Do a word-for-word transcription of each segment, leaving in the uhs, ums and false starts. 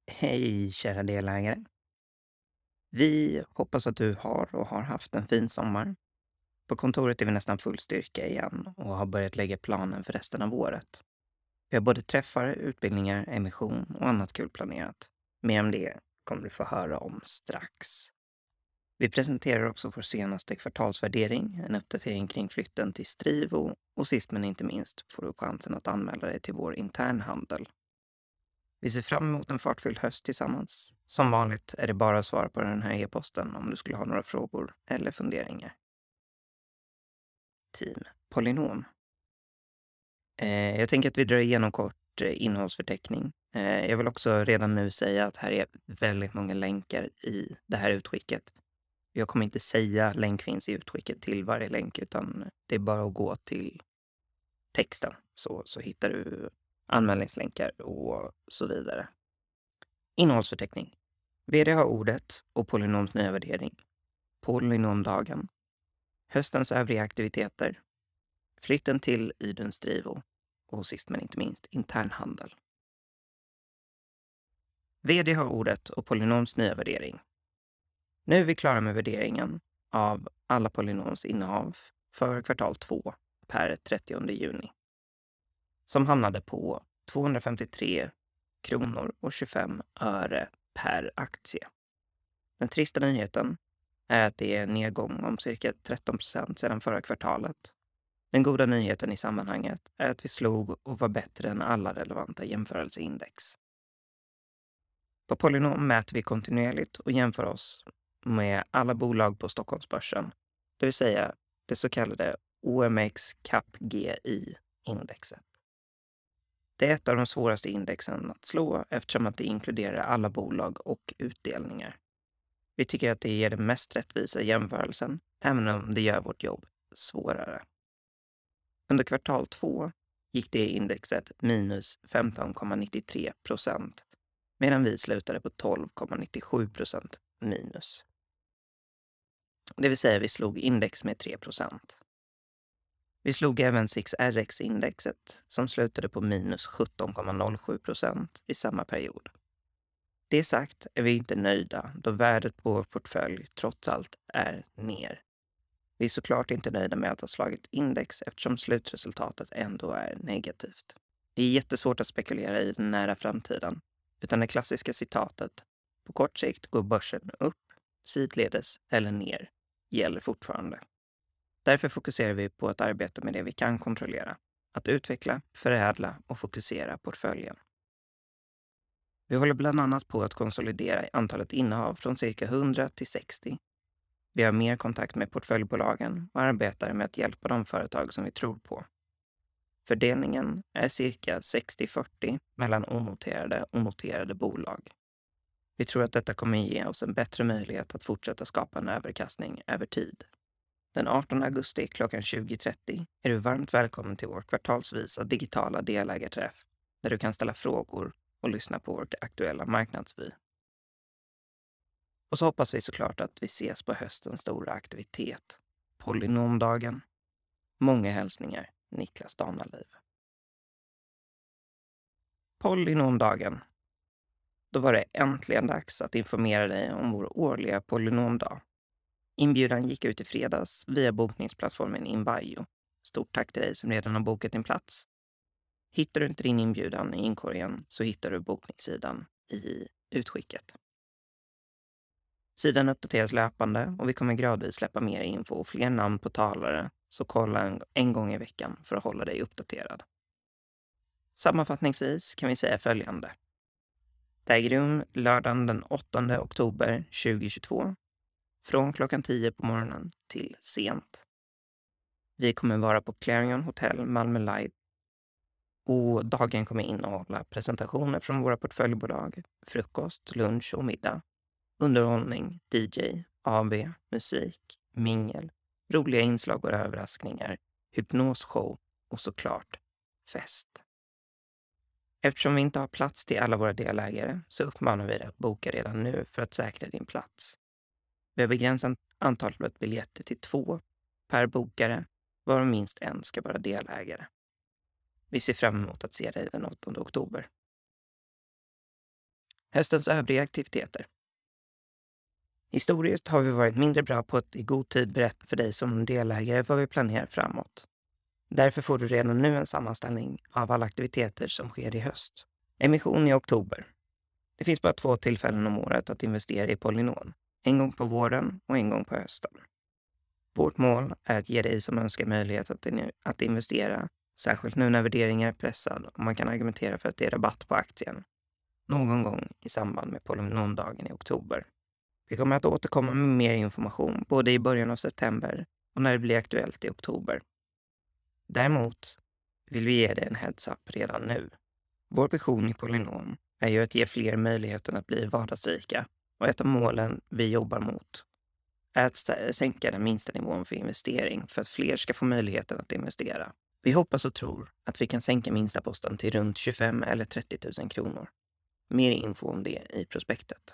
Hej kära delägare. Vi hoppas att du har och har haft en fin sommar. På kontoret är vi nästan full styrka igen och har börjat lägga planen för resten av året. Vi har både träffar, utbildningar, emission och annat kul planerat. Mer om det kommer du få höra om strax. Vi presenterar också vår senaste kvartalsvärdering, en uppdatering kring flytten till Strivo och sist men inte minst får du chansen att anmäla dig till vår internhandel. Vi ser fram emot en fartfylld höst tillsammans. Som vanligt är det bara att svara på den här e-posten om du skulle ha några frågor eller funderingar. Team Polynom. Eh, jag tänker att vi drar igenom kort eh, innehållsförteckning. Eh, jag vill också redan nu säga att här är väldigt många länkar i det här utskicket. Jag kommer inte säga länk finns i utskicket till varje länk utan det är bara att gå till texten så, så hittar du anmälningslänkar och så vidare. Innehållsförteckning. V D har ordet och Polynoms nya värdering. Polynomdagen. Höstens övriga aktiviteter. Flytten till Idun Strivo. Och sist men inte minst internhandel. V D har ordet och Polynoms nya värdering. Nu är vi klara med värderingen av alla Polynoms innehav för kvartal två per trettionde juni. Som hamnade på tvåhundrafemtiotre kronor och tjugofem öre per aktie. Den trista nyheten är att det är en nedgång om cirka tretton procent sedan förra kvartalet. Den goda nyheten i sammanhanget är att vi slog och var bättre än alla relevanta jämförelseindex. På Polynom mäter vi kontinuerligt och jämför oss med alla bolag på Stockholmsbörsen, det vill säga det så kallade O M X Cap G I-indexet. Det är ett av de svåraste indexen att slå eftersom att det inkluderar alla bolag och utdelningar. Vi tycker att det ger den mest rättvisa jämförelsen, även om det gör vårt jobb svårare. Under kvartal två gick det indexet minus femton komma nittiotre procent, medan vi slutade på tolv komma nittiosju procent minus. Det vill säga vi slog index med tre procent. Vi slog även sex R X-indexet som slutade på minus sjutton komma noll sju procent i samma period. Det sagt är vi inte nöjda då värdet på vår portfölj trots allt är ner. Vi är såklart inte nöjda med att ha slagit index eftersom slutresultatet ändå är negativt. Det är jättesvårt att spekulera i den nära framtiden, utan det klassiska citatet "på kort sikt går börsen upp, sidledes eller ner" gäller fortfarande. Därför fokuserar vi på att arbeta med det vi kan kontrollera, att utveckla, förädla och fokusera portföljen. Vi håller bland annat på att konsolidera antalet innehav från cirka hundra till sextio. Vi har mer kontakt med portföljbolagen och arbetar med att hjälpa de företag som vi tror på. Fördelningen är cirka sextio fyrtio mellan onoterade och noterade bolag. Vi tror att detta kommer ge oss en bättre möjlighet att fortsätta skapa en överkastning över tid. Den artonde augusti klockan tjugo trettio är du varmt välkommen till vår kvartalsvisa digitala delägarträff där du kan ställa frågor och lyssna på vårt aktuella marknadsvy. Och så hoppas vi såklart att vi ses på höstens stora aktivitet, Polynomdagen. Många hälsningar, Niklas Danaliv. Polynomdagen. Då var det äntligen dags att informera dig om vår årliga polynomdag. Inbjudan gick ut i fredags via bokningsplattformen Inbio. Stort tack till dig som redan har bokat din plats. Hittar du inte din inbjudan i inkorgen så hittar du bokningssidan i utskicket. Sidan uppdateras löpande och vi kommer gradvis släppa mer info och fler namn på talare, så kolla en, en gång i veckan för att hålla dig uppdaterad. Sammanfattningsvis kan vi säga följande. Det äger rum lördagen den åttonde oktober tjugohundratjugotvå från klockan tio på morgonen till sent. Vi kommer vara på Clarion Hotel Malmö Live och dagen kommer innehålla presentationer från våra portföljbolag, frukost, lunch och middag, underhållning, D J, A V, musik, mingel, roliga inslag och överraskningar, hypnosshow och såklart fest. Eftersom vi inte har plats till alla våra delägare så uppmanar vi dig att boka redan nu för att säkra din plats. Vi har begränsat antalet biljetter till två per bokare, varav minst en ska vara delägare. Vi ser fram emot att se dig den åttonde oktober. Höstens övriga aktiviteter. Historiskt har vi varit mindre bra på att i god tid berätta för dig som delägare vad vi planerar framåt. Därför får du redan nu en sammanställning av alla aktiviteter som sker i höst. Emission i oktober. Det finns bara två tillfällen om året att investera i Polynom. En gång på våren och en gång på hösten. Vårt mål är att ge dig som önskar möjlighet att, in- att investera, särskilt nu när värderingen är pressad och man kan argumentera för att det är rabatt på aktien. Någon gång i samband med Polynomdagen i oktober. Vi kommer att återkomma med mer information både i början av september och när det blir aktuellt i oktober. Däremot vill vi ge dig en heads-up redan nu. Vår vision i Polynom är ju att ge fler möjligheten att bli vardagsrika och ett av målen vi jobbar mot är att sänka den minsta nivån för investering för att fler ska få möjligheten att investera. Vi hoppas och tror att vi kan sänka minsta posten till runt tjugofem eller trettio tusen kronor. Mer info om det i prospektet.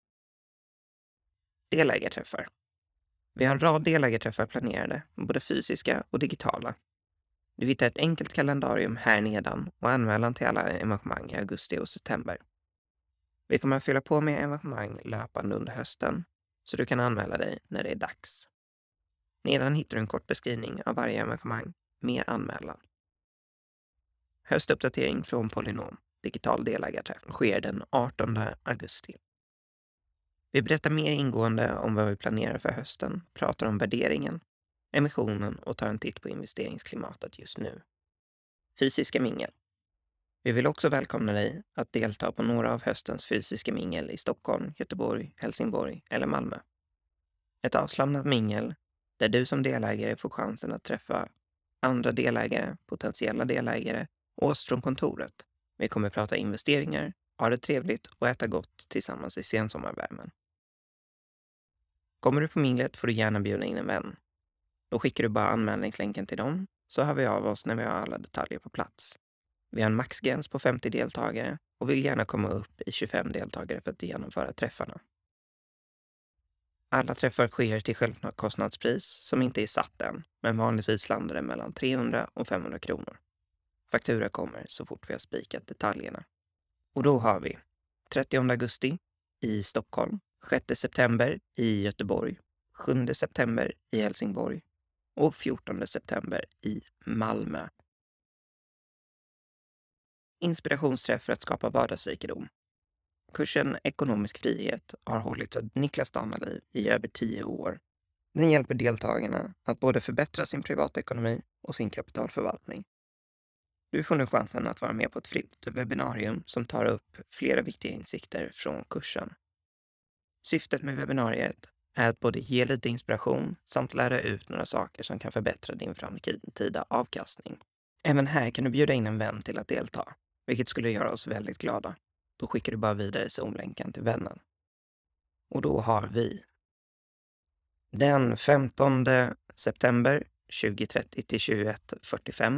Delägarträffar. Vi har en rad delägarträffar planerade, både fysiska och digitala. Du hittar ett enkelt kalendarium här nedan och anmälan till alla evenemang i augusti och september. Vi kommer att fylla på med evenemang löpande under hösten, så du kan anmäla dig när det är dags. Nedan hittar du en kort beskrivning av varje evenemang med anmälan. Höstuppdatering från Polynom, digital delägarträff, sker den artonde augusti. Vi berättar mer ingående om vad vi planerar för hösten, pratar om värderingen, emissionen och tar en titt på investeringsklimatet just nu. Fysiska mingel. Vi vill också välkomna dig att delta på några av höstens fysiska mingel i Stockholm, Göteborg, Helsingborg eller Malmö. Ett avslappnat mingel där du som delägare får chansen att träffa andra delägare, potentiella delägare och oss från kontoret. Vi kommer prata investeringar, ha det trevligt och äta gott tillsammans i sensommarvärmen. Kommer du på minglet får du gärna bjuda in en vän. Då skickar du bara anmälningslänken till dem så hör vi av oss när vi har alla detaljer på plats. Vi har en maxgräns på femtio deltagare och vill gärna komma upp i tjugofem deltagare för att genomföra träffarna. Alla träffar sker till självkostnadspris som inte är satt än, men vanligtvis landar det mellan trehundra och femhundra kronor. Faktura kommer så fort vi har spikat detaljerna. Och då har vi trettionde augusti i Stockholm, sjätte september i Göteborg, sjunde september i Helsingborg och fjortonde september i Malmö. Inspirationsträff för att skapa vardagsrikedom. Kursen Ekonomisk frihet har hållits av Niklas Danali i över tio år. Den hjälper deltagarna att både förbättra sin privatekonomi och sin kapitalförvaltning. Du får nu chansen att vara med på ett fritt webbinarium som tar upp flera viktiga insikter från kursen. Syftet med webbinariet är att både ge lite inspiration samt lära ut några saker som kan förbättra din framtida avkastning. Även här kan du bjuda in en vän till att delta, vilket skulle göra oss väldigt glada. Då skickar du bara vidare Zoom-länken till vännen. Och då har vi den femtonde september tjugohundratrettio till tjugoett fyrtiofem.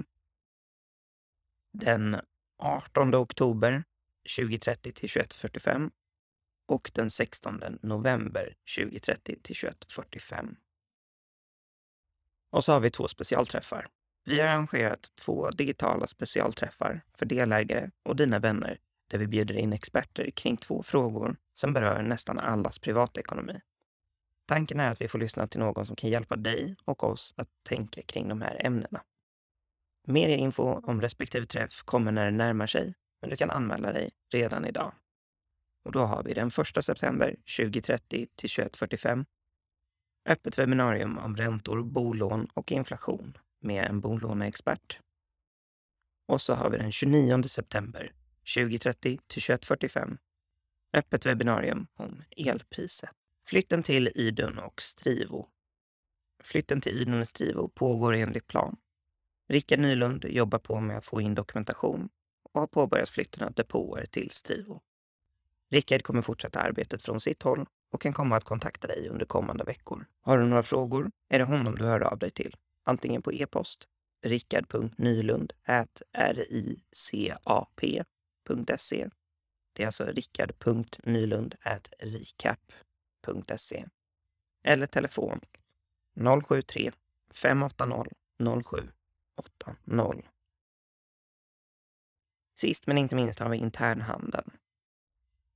Den artonde oktober tjugohundratrettio till tjugoett fyrtiofem. Och den sextonde november tjugohundratrettio till tjugoett fyrtiofem. Och så har vi två specialträffar. Vi har arrangerat två digitala specialträffar för delägare och dina vänner där vi bjuder in experter kring två frågor som berör nästan allas privatekonomi. Tanken är att vi får lyssna till någon som kan hjälpa dig och oss att tänka kring de här ämnena. Mer info om respektive träff kommer när det närmar sig, men du kan anmäla dig redan idag. Och då har vi den första september tjugohundratrettio till tjugoett fyrtiofem. Öppet webbinarium om räntor, bolån och inflation med en bolåneexpert. Och så har vi den tjugonionde september tjugohundratrettio till tjugoett fyrtiofem. Öppet webbinarium om elpriset. Flytten till Idun och Strivo. Flytten till Idun och Strivo pågår enligt plan. Rickard Nylund jobbar på med att få in dokumentation och har påbörjat flytten av depåer till Strivo. Rickard kommer fortsätta arbetet från sitt håll och kan komma att kontakta dig under kommande veckor. Har du några frågor är det honom du hör av dig till. Antingen på e-post rickard punkt nylund at ricap punkt se. Det är alltså rickard punkt nylund at ricap punkt se. Eller telefon noll sju tre fem åtta noll noll sju åtta noll. Sist men inte minst har vi internhandeln.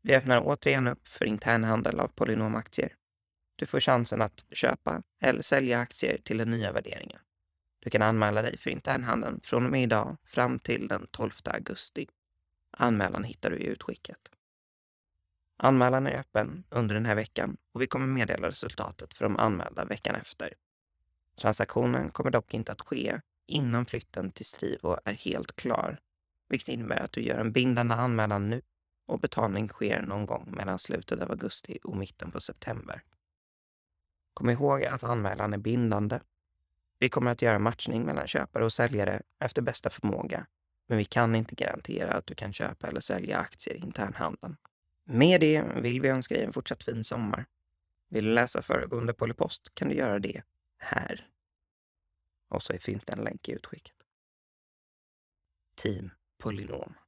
Vi öppnar återigen upp för internhandel av Polynom-aktier. Du får chansen att köpa eller sälja aktier till den nya värderingen. Du kan anmäla dig för internhandeln från och med idag fram till den tolfte augusti. Anmälan hittar du i utskicket. Anmälan är öppen under den här veckan och vi kommer meddela resultatet för de anmälda veckan efter. Transaktionen kommer dock inte att ske innan flytten till Strivo är helt klar, vilket innebär att du gör en bindande anmälan nu och betalning sker någon gång mellan slutet av augusti och mitten på september. Kom ihåg att anmälan är bindande. Vi kommer att göra matchning mellan köpare och säljare efter bästa förmåga, men vi kan inte garantera att du kan köpa eller sälja aktier i internhandeln. Med det vill vi önska dig en fortsatt fin sommar. Vill du läsa föregående Polypost kan du göra det här. Och så finns det en länk i utskicket. Team Polynom.